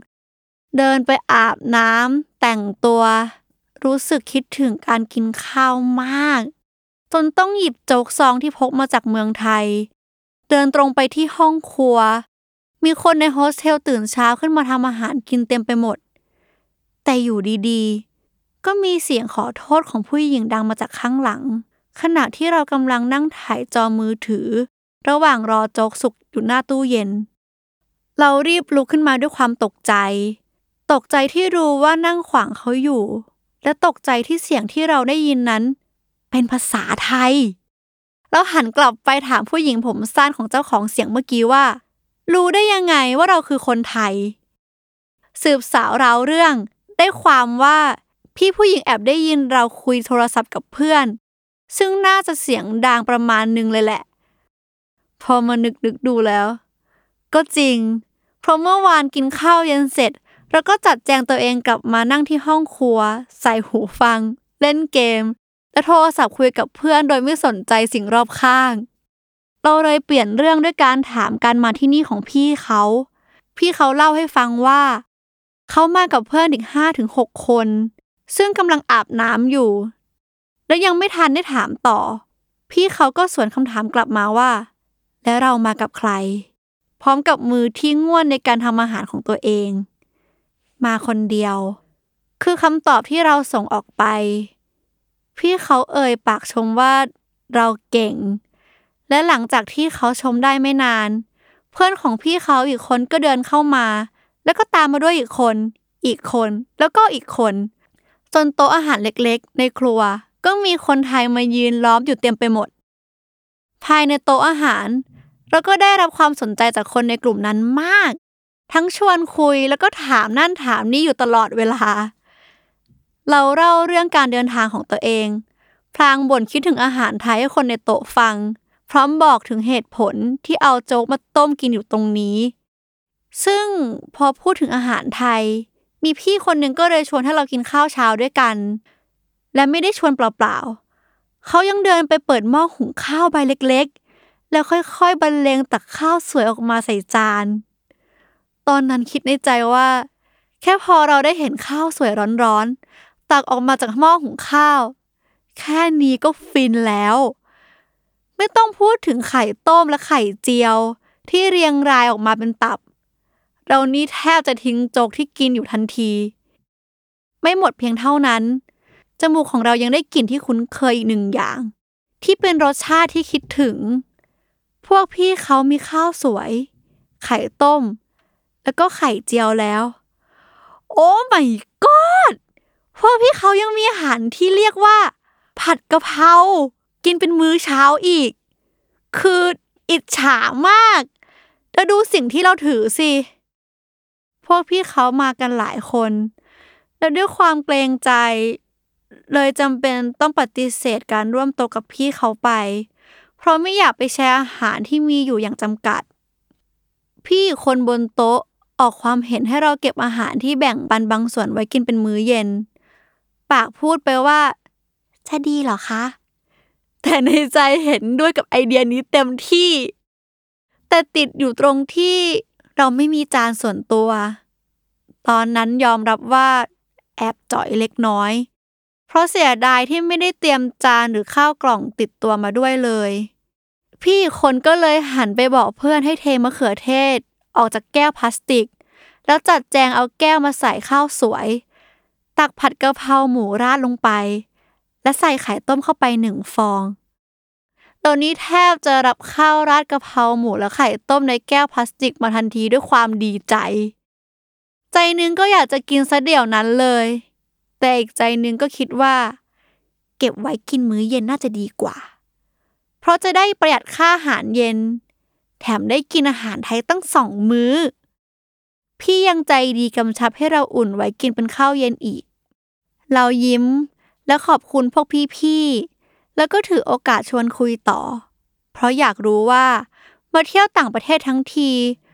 S5: 2เดินไปอาบน้ำแต่งตัวรู้สึกคิดถึงการกินข้าวมากจนต้องหยิบโจ๊กซองที่พกมาจากเมืองไทยเดินตรงไปที่ห้องครัวมีคนในโฮสเทลตื่นเช้าขึ้นมาทำอาหารกินเต็มไปหมดแต่อยู่ดีๆก็มีเสียงขอโทษของผู้หญิงดังมาจากข้างหลังขณะที่เรากำลังนั่งถ่ายจอมือถือระหว่างรอโจ๊กสุกอยู่หน้าตู้เย็นเรารีบลุกขึ้นมาด้วยความตกใจที่รู้ว่านั่งขวางเขาอยู่และตกใจที่เสียงที่เราได้ยินนั้นเป็นภาษาไทยเราหันกลับไปถามผู้หญิงผมสั้นของเจ้าของเสียงเมื่อกี้ว่ารู้ได้ยังไงว่าเราคือคนไทยสืบสาวราวเรื่องได้ความว่าพี่ผู้หญิงแอบได้ยินเราคุยโทรศัพท์กับเพื่อนซึ่งน่าจะเสียงดังประมาณนึงเลยแหละพอมานึกดูแล้วก็จริงเพราะเมื่อวานกินข้าวเย็นเสร็จเราก็จัดแจงตัวเองกลับมานั่งที่ห้องครัวใส่หูฟังเล่นเกมและโทรศัพท์คุยกับเพื่อนโดยไม่สนใจสิ่งรอบข้างเราเลยเปลี่ยนเรื่องด้วยการถามการมาที่นี่ของพี่เขาเล่าให้ฟังว่าเขามากับเพื่อนอีก 5-6 คนซึ่งกำลังอาบน้ำอยู่และยังไม่ทันได้ถามต่อพี่เขาก็สวนคำถามกลับมาว่าแล้วเรามากับใครพร้อมกับมือที่ง่วนในการทำอาหารของตัวเองมาคนเดียวคือคำตอบที่เราส่งออกไปพี่เขาเอ่ยปากชมว่าเราเก่งและหลังจากที่เขาชมได้ไม่นานเพื่อนของพี่เขาอีกคนก็เดินเข้ามาแล้วก็ตามมาด้วยอีกคนแล้วก็อีกคนจนโต๊ะอาหารเล็กๆในครัวก็มีคนไทยมายืนล้อมอยู่เต็มไปหมดภายในโต๊ะอาหารเราก็ได้รับความสนใจจากคนในกลุ่มนั้นมากทั้งชวนคุยแล้วก็ถามนั่นถามนี่อยู่ตลอดเวลาเราเล่าเรื่องการเดินทางของตัวเองพลางบ่นคิดถึงอาหารไทยให้คนในโต๊ะฟังพร้อมบอกถึงเหตุผลที่เอาโจ๊กมาต้มกินอยู่ตรงนี้ซึ่งพอพูดถึงอาหารไทยมีพี่คนหนึ่งก็เลยชวนให้เรากินข้าวเช้าด้วยกันและไม่ได้ชวนเปล่าๆเขายังเดินไปเปิดหม้อหุงข้าวใบเล็กๆแล้วค่อยๆบรรเลงตักข้าวสวยออกมาใส่จานตอนนั้นคิดในใจว่าแค่พอเราได้เห็นข้าวสวยร้อนๆตักออกมาจากหม้อหุงข้าวแค่นี้ก็ฟินแล้วไม่ต้องพูดถึงไข่ต้มและไข่เจียวที่เรียงรายออกมาเป็นตับเรานี่แทบจะทิ้งโจ๊กที่กินอยู่ทันทีไม่หมดเพียงเท่านั้นจมูกของเรายังได้กลิ่นที่คุ้นเคยอีกหนึ่งอย่างที่เป็นรสชาติที่คิดถึงพวกพี่เขามีข้าวสวยไข่ต้มแล้วก็ไข่เจียวแล้วโอ้ my god พวกพี่เขายังมีอาหารที่เรียกว่าผัดกะเพรากินเป็นมื้อเช้าอีกคืออิจฉามากแล้วดูสิ่งที่เราถือสิพวกพี่เขามากันหลายคนและด้วยความเกรงใจเลยจำเป็นต้องปฏิเสธการร่วมโต๊ะกับพี่เขาไปเพราะไม่อยากไปแชร์อาหารที่มีอยู่อย่างจำกัดพี่คนบนโต๊ะออกความเห็นให้เราเก็บอาหารที่แบ่งปันบางส่วนไว้กินเป็นมื้อเย็นปากพูดไปว่าจะดีเหรอคะแต่ในใจเห็นด้วยกับไอเดียนี้เต็มที่แต่ติดอยู่ตรงที่เราไม่มีจานส่วนตัวตอนนั้นยอมรับว่าแอบจ่อยเล็กน้อยเพราะเสียดายที่ไม่ได้เตรียมจานหรือข้าวกล่องติดตัวมาด้วยเลยพี่คนก็เลยหันไปบอกเพื่อนให้เทมะเขือเทศออกจากแก้วพลาสติกแล้วจัดแจงเอาแก้วมาใส่ข้าวสวยตักผัดกะเพราหมูราดลงไปและใส่ไข่ต้มเข้าไป1 ฟองตอนนี้แทบจะรับข้าวราดกะเพราหมูและไข่ต้มในแก้วพลาสติกมาทันทีด้วยความดีใจนึงก็อยากจะกินซะเดี๋ยวนั้นเลยแต่อีกใจนึงก็คิดว่าเก็บไว้กินมื้อเย็นน่าจะดีกว่าเพราะจะได้ประหยัดค่าอาหารเย็นแถมได้กินอาหารไทยตั้ง2 มื้อพี่ยังใจดีกำชับให้เราอุ่นไว้กินเป็นข้าวเย็นอีกเรายิ้มและขอบคุณพวกพี่ๆแล้วก็ถือโอกาสชวนคุยต่อเพราะอยากรู้ว่ามาเที่ยวต่างประเทศทั้งที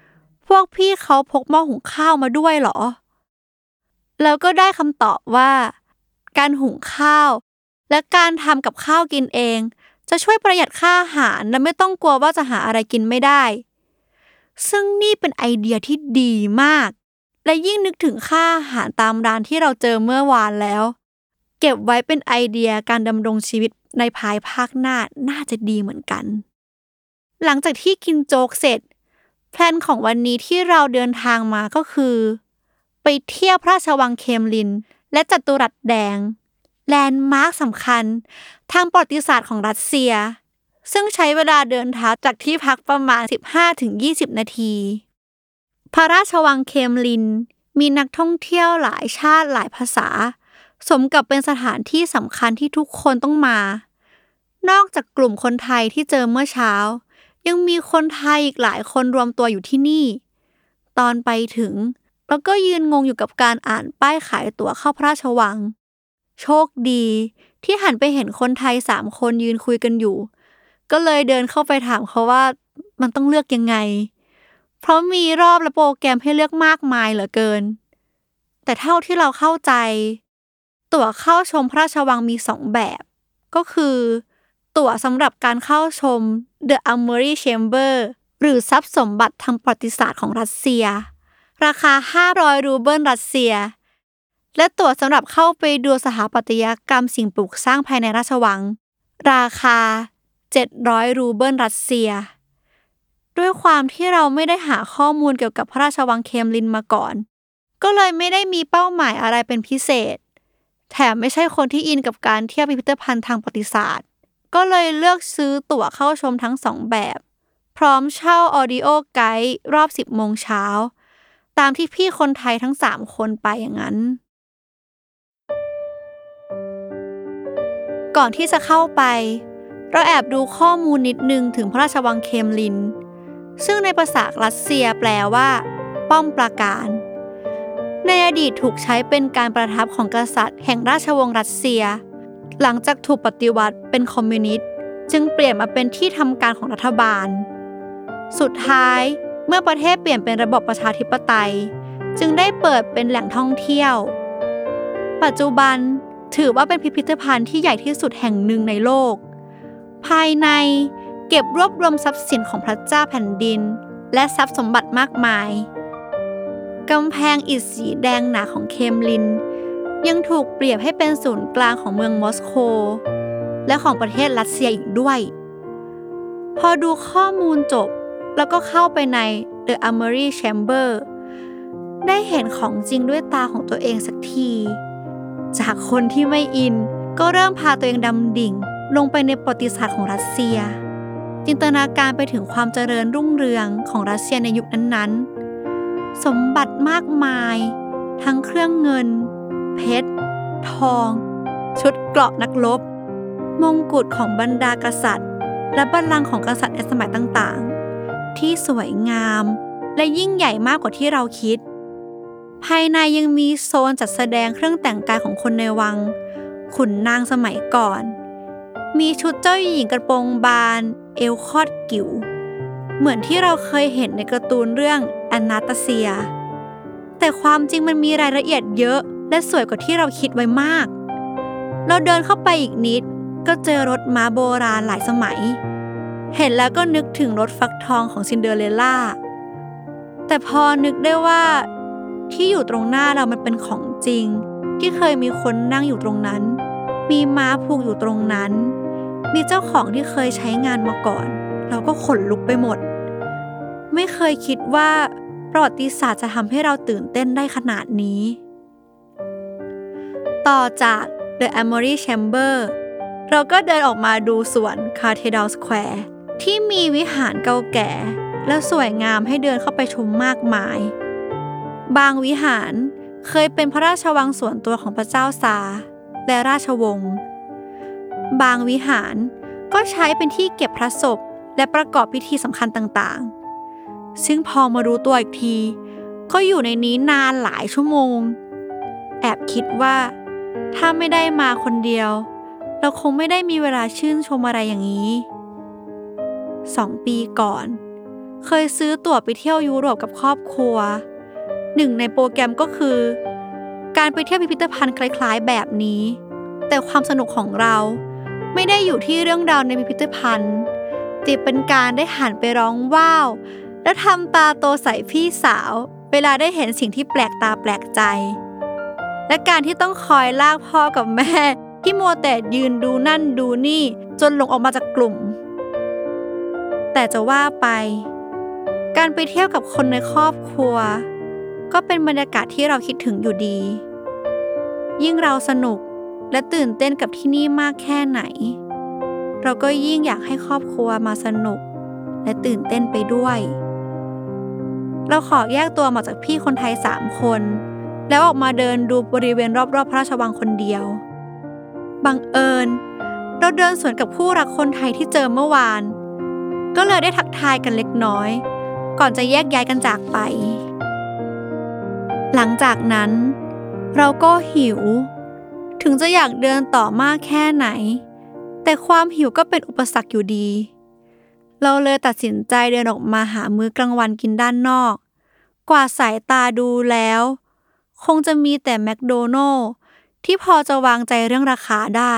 S5: พวกพี่เขาพกหม้อหุงข้าวมาด้วยเหรอแล้วก็ได้คำตอบว่าการหุงข้าวและการทำกับข้าวกินเองจะช่วยประหยัดค่าอาหารและไม่ต้องกลัวว่าจะหาอะไรกินไม่ได้ซึ่งนี่เป็นไอเดียที่ดีมากและยิ่งนึกถึงค่าอาหารตามร้านที่เราเจอเมื่อวานแล้วเก็บไว้เป็นไอเดียการดำรงชีวิตในภายภาคหน้าน่าจะดีเหมือนกันหลังจากที่กินโจ๊กเสร็จแพลนของวันนี้ที่เราเดินทางมาก็คือไปเที่ยวพระราชวังเคมลินและจัตุรัสแดงแลนด์มาร์คสำคัญทางประวัติศาสตร์ของรัสเซียซึ่งใช้เวลาเดินเท้าจากที่พักประมาณ 15-20 นาทีพระราชวังเคมลินมีนักท่องเที่ยวหลายชาติหลายภาษาสมกับเป็นสถานที่สำคัญที่ทุกคนต้องมานอกจากกลุ่มคนไทยที่เจอเมื่อเช้ายังมีคนไทยอีกหลายคนรวมตัวอยู่ที่นี่ตอนไปถึงแล้วก็ยืนงงอยู่กับการอ่านป้ายขายตั๋วเข้าพระราชวังโชคดีที่หันไปเห็นคนไทย3 คนยืนคุยกันอยู่ก็เลยเดินเข้าไปถามเขาว่ามันต้องเลือกยังไงเพราะมีรอบและโปรแกรมให้เลือกมากมายเหลือเกินแต่เท่าที่เราเข้าใจตั๋วเข้าชมพระราชวังมี2แบบก็คือตั๋วสำหรับการเข้าชม The Armory Chamber หรือทรัพย์สมบัติทางประวัติศาสตร์ของรัสเซียราคา500 รูเบิลรัสเซียและตั๋วสำหรับเข้าไปดูสถาปัตยกรรมสิ่งปลูกสร้างภายในราชวังราคา700 รูเบิลรัสเซียด้วยความที่เราไม่ได้หาข้อมูลเกี่ยวกับพระราชวังเคมลินมาก่อนก็เลยไม่ได้มีเป้าหมายอะไรเป็นพิเศษแถมไม่ใช่คนที่อินกับการเที่ยวพิพิธภัณฑ์ทางประวัติศาสตร์ก็เลยเลือกซื้อตั๋วเข้าชมทั้ง2แบบพร้อมเช่าออดิโอไกด์รอบ 10 โมงเช้าตามที่พี่คนไทยทั้ง3 คนไปอย่างนั้นก่อนที่จะเข้าไปเราแอบดูข้อมูลนิดนึงถึงพระราชวังเคมลินซึ่งในภาษารัสเซียแปลว่าป้อมปราการในอดีตถูกใช้เป็นการประทับของกษัตริย์แห่งราชวงศ์รัสเซียหลังจากถูกปฏิวัติเป็นคอมมิวนิสต์จึงเปลี่ยนมาเป็นที่ทำการของรัฐบาลสุดท้ายเมื่อประเทศเปลี่ยนเป็นระบบประชาธิปไตยจึงได้เปิดเป็นแหล่งท่องเที่ยวปัจจุบันถือว่าเป็นพิพิธภัณฑ์ที่ใหญ่ที่สุดแห่งหนึ่งในโลกภายในเก็บรวบรวมทรัพย์สินของพระเจ้าแผ่นดินและทรัพย์สมบัติมากมายกำแพงอิฐสีแดงหนาของเคมลินยังถูกเปรียบให้เป็นศูนย์กลางของเมืองมอสโกและของประเทศรัสเซียอีกด้วยพอดูข้อมูลจบแล้วก็เข้าไปใน The Armory Chamber ได้เห็นของจริงด้วยตาของตัวเองสักทีจากคนที่ไม่อินก็เริ่มพาตัวเองดำดิ่งลงไปในประวัติศาสตร์ของรัสเซียจินตนาการไปถึงความเจริญรุ่งเรืองของรัสเซียในยุคนั้นๆสมบัติมากมายทั้งเครื่องเงินเพชรทองชุดเกราะนักรบมงกุฎของบรรดากษัตริย์และบัลลังก์ของกษัตริย์ในสมัยต่างๆที่สวยงามและยิ่งใหญ่มากกว่าที่เราคิดภายในยังมีโซนจัดแสดงเครื่องแต่งกายของคนในวังขุนนางสมัยก่อนมีชุดเจ้าหญิงกระโปรงบานเอวคอดกิ่วเหมือนที่เราเคยเห็นในการ์ตูนเรื่องแอนนาตาเซียแต่ความจริงมันมีรายละเอียดเยอะและสวยกว่าที่เราคิดไว้มากเราเดินเข้าไปอีกนิดก็เจอรถม้าโบราณหลายสมัยเห็นแล้วก็นึกถึงรถฟักทองของซินเดอเรลล่าแต่พอนึกได้ว่าที่อยู่ตรงหน้าเรามันเป็นของจริงที่เคยมีคนนั่งอยู่ตรงนั้นมีม้าผูกอยู่ตรงนั้นมีเจ้าของที่เคยใช้งานมาก่อนเราก็ขนลุกไปหมดไม่เคยคิดว่าประวัติศาสตร์จะทำให้เราตื่นเต้นได้ขนาดนี้ต่อจาก The Armory Chamber เราก็เดินออกมาดูสวน Cathedral Square ที่มีวิหารเก่าแก่และสวยงามให้เดินเข้าไปชมมากมายบางวิหารเคยเป็นพระราชวังส่วนตัวของพระเจ้าซาร์และราชวงศ์บางวิหารก็ใช้เป็นที่เก็บพระศพและประกอบพิธีสำคัญต่างๆซึ่งพอมารู้ตัวอีกทีก็อยู่ในนี้นานหลายชั่วโมงแอบคิดว่าถ้าไม่ได้มาคนเดียวเราคงไม่ได้มีเวลาชื่นชมอะไรอย่างนี้2 ปีก่อนเคยซื้อตั๋วไปเที่ยวยุโรปกับครอบครัวหนึ่งในโปรแกรมก็คือการไปเที่ยวพิพิธภัณฑ์คล้ายๆแบบนี้แต่ความสนุกของเราไม่ได้อยู่ที่เรื่องราวในพิพิธภัณฑ์แต่เป็นการได้หันไปร้องว้าวและทำตาโตใส่พี่สาวเวลาได้เห็นสิ่งที่แปลกตาแปลกใจและการที่ต้องคอยลากพ่อกับแม่ที่มัวแต่ยืนดูนั่นดูนี่จนหลงออกมาจากกลุ่มแต่จะว่าไปการไปเที่ยวกับคนในครอบครัวก็เป็นบรรยากาศที่เราคิดถึงอยู่ดียิ่งเราสนุกและตื่นเต้นกับที่นี่มากแค่ไหนเราก็ยิ่งอยากให้ครอบครัวมาสนุกและตื่นเต้นไปด้วยเราขอแยกตัวมาจากพี่คนไทย3 คนแล้วออกมาเดินดูบริเวณรอบๆพระราชวังคนเดียวบังเอิญเราเดินสวนกับคู่รักคนไทยที่เจอเมื่อวานก็เลยได้ทักทายกันเล็กน้อยก่อนจะแยกย้ายกันจากไปหลังจากนั้นเราก็หิวถึงจะอยากเดินต่อมากแค่ไหนแต่ความหิวก็เป็นอุปสรรคอยู่ดีเราเลยตัดสินใจเดินออกมาหามื้อกลางวันกินด้านนอกกว่าสายตาดูแล้วคงจะมีแต่แมคโดนัลด์ที่พอจะวางใจเรื่องราคาได้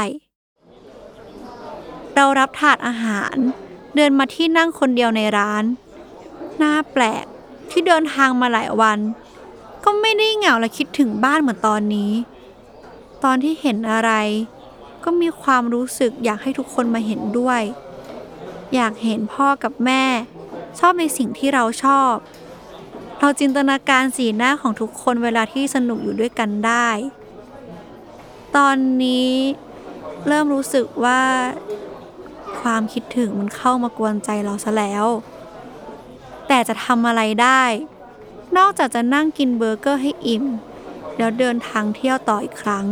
S5: เรารับถาดอาหารเดินมาที่นั่งคนเดียวในร้านน่าแปลกที่เดินทางมาหลายวันก็ไม่ได้เหงาและคิดถึงบ้านเหมือนตอนนี้ตอนที่เห็นอะไรก็มีความรู้สึกอยากให้ทุกคนมาเห็นด้วยอยากเห็นพ่อกับแม่ชอบในสิ่งที่เราชอบเราจินตนาการสีหน้าของทุกคนเวลาที่สนุกอยู่ด้วยกันได้ตอนนี้เริ่มรู้สึกว่าความคิดถึงมันเข้ามากวนใจเราซะแล้วแต่จะทำอะไรได้นอกจากจะนั่งกินเบอร์เกอร์ให้อิ่มแล้วเดินทางเที่ยวต่ออีกครั้ง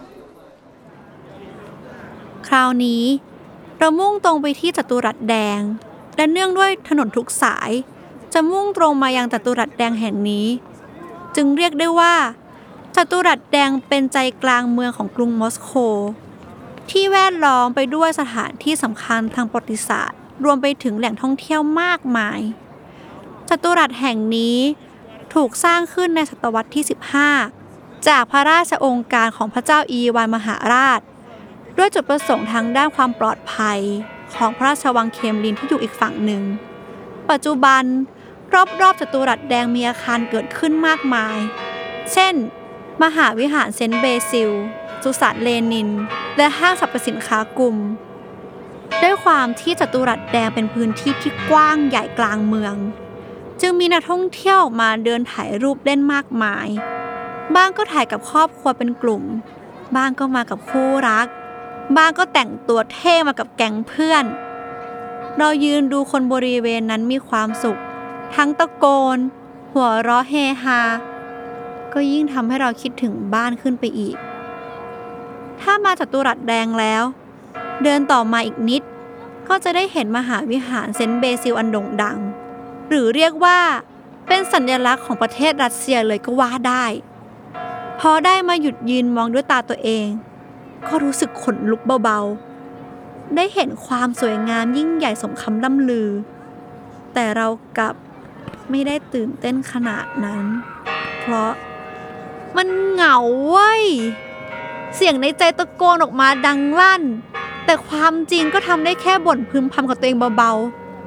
S5: คราวนี้เรามุ่งตรงไปที่จัตุรัสแดงและเนื่องด้วยถนนทุกสายจะมุ่งตรงมายังจัตุรัสแดงแห่งนี้จึงเรียกได้ว่าจัตุรัสแดงเป็นใจกลางเมืองของกรุงมอสโกที่แวดล้อมไปด้วยสถานที่สำคัญทางประวัติศาสตร์รวมไปถึงแหล่งท่องเที่ยวมากมายจัตุรัสแห่งนี้ถูกสร้างขึ้นในศตวรรษที่15จากพระราชโองการของพระเจ้าอีวานมหาราชด้วยจุดประสงค์ทางด้านความปลอดภัยของพระราชวังเคมบรินที่อยู่อีกฝั่งหนึ่งปัจจุบันรอบๆจัตุรัสแดงมีอาคารเกิดขึ้นมากมายเช่นมหาวิหารเซนต์เบซิลสุสานเลนินและห้างสรรพสินค้ากลุ่มด้วยความที่จัตุรัสแดงเป็นพื้นที่ที่กว้างใหญ่กลางเมืองจึงมีนักท่องเที่ยวออกมาเดินถ่ายรูปเล่นมากมายบ้างก็ถ่ายกับครอบครัวเป็นกลุ่มบ้างก็มากับคู่รักบ้างก็แต่งตัวเท่มากับแก๊งเพื่อนเรายืนดูคนบริเวณนั้นมีความสุขทั้งตะโกนหัวเราะเฮฮาก็ยิ่งทำให้เราคิดถึงบ้านขึ้นไปอีกถ้ามาจัตุรัสแดงแล้วเดินต่อมาอีกนิดก็จะได้เห็นมหาวิหารเซนต์เบซิลอันโด่งดังหรือเรียกว่าเป็นสัญลักษณ์ของประเทศรัสเซียเลยก็ว่าได้พอได้มาหยุดยืนมองด้วยตาตัวเองก็รู้สึกขนลุกเบาๆได้เห็นความสวยงามยิ่งใหญ่สมคำล่ำลือแต่เรากลับไม่ได้ตื่นเต้นขนาดนั้นเพราะมันเหงาเว้ยเสียงในใจตะโกนออกมาดังลั่นแต่ความจริงก็ทำได้แค่บ่นพึมพำกับตัวเองเบา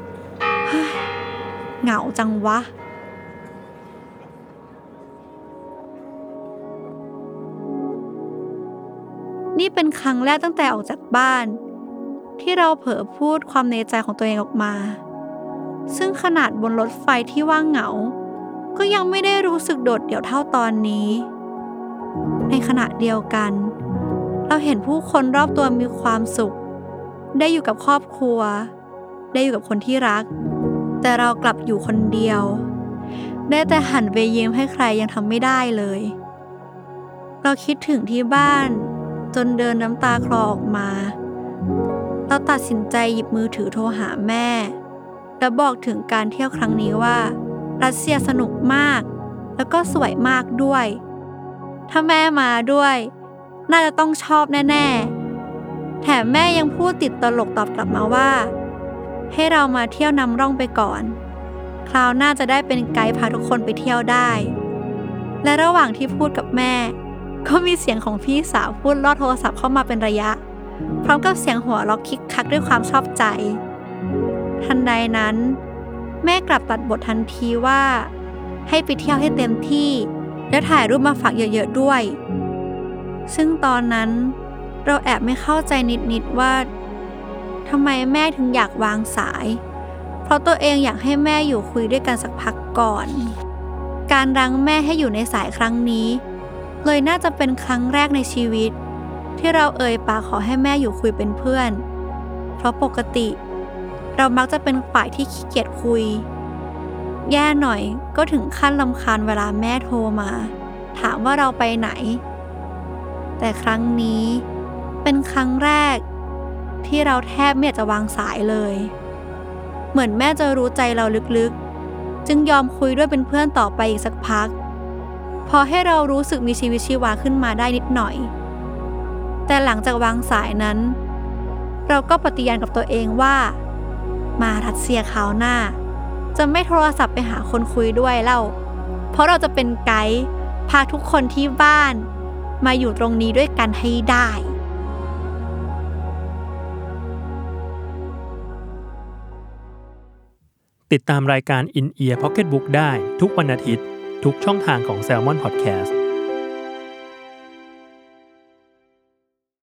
S5: ๆเหงาจังวะนี่เป็นครั้งแรกตั้งแต่ออกจากบ้านที่เราเผลอพูดความในใจของตัวเองออกมาซึ่งขนาดบนรถไฟที่ว่างเหงาก็ยังไม่ได้รู้สึกโดดเดี่ยวเท่าตอนนี้ในขณะเดียวกันเราเห็นผู้คนรอบตัวมีความสุขได้อยู่กับครอบครัวได้อยู่กับคนที่รักแต่เรากลับอยู่คนเดียวได้แต่หันไปยิ้มให้ใครยังทำไม่ได้เลยเราคิดถึงที่บ้านจนเดินน้ำตาคลอออกมาเราตัดสินใจหยิบมือถือโทรหาแม่และบอกถึงการเที่ยวครั้งนี้ว่ารัสเซียสนุกมากแล้วก็สวยมากด้วยถ้าแม่มาด้วยน่าจะต้องชอบแน่ๆแถมแม่ยังพูดติดตลกตอบกลับมาว่าให้เรามาเที่ยวนำร่องไปก่อนคราวหน้าจะได้เป็นไกด์พาทุกคนไปเที่ยวได้และระหว่างที่พูดกับแม่ก็มีเสียงของพี่สาวพูดลอดโทรศัพท์เข้ามาเป็นระยะพร้อมกับเสียงหัวเราะคิกคักด้วยความชอบใจทันใดนั้นแม่กลับตัดบททันทีว่าให้ไปเที่ยวให้เต็มที่แล้วถ่ายรูปมาฝากเยอะๆด้วยซึ่งตอนนั้นเราแอบไม่เข้าใจนิดๆว่าทำไมแม่ถึงอยากวางสายเพราะตัวเองอยากให้แม่อยู่คุยด้วยกันสักพักก่อนการรั้งแม่ให้อยู่ในสายครั้งนี้เลยน่าจะเป็นครั้งแรกในชีวิตที่เราเอ่ยปากขอให้แม่อยู่คุยเป็นเพื่อนเพราะปกติเรามักจะเป็นฝ่ายที่ขี้เกียจคุยแย่หน่อยก็ถึงขั้นรำคาญเวลาแม่โทรมาถามว่าเราไปไหนแต่ครั้งนี้เป็นครั้งแรกที่เราแทบไม่อยากจะวางสายเลยเหมือนแม่จะรู้ใจเราลึกๆจึงยอมคุยด้วยเป็นเพื่อนต่อไปอีกสักพักพอให้เรารู้สึกมีชีวิตชีวาขึ้นมาได้นิดหน่อยแต่หลังจากวางสายนั้นเราก็ปฏิญาณกับตัวเองว่ามารัสเซียคราวหน้าจะไม่โทรศัพท์ไปหาคนคุยด้วยเล่าเพราะเราจะเป็นไกด์พาทุกคนที่บ้านมาอยู่ตรงนี้ด้วยกันให้ได้
S4: ติดตามรายการ In Ear Pocketbook ได้ทุกวันอาทิตย์ทุกช่องทางของ Salmon Podcast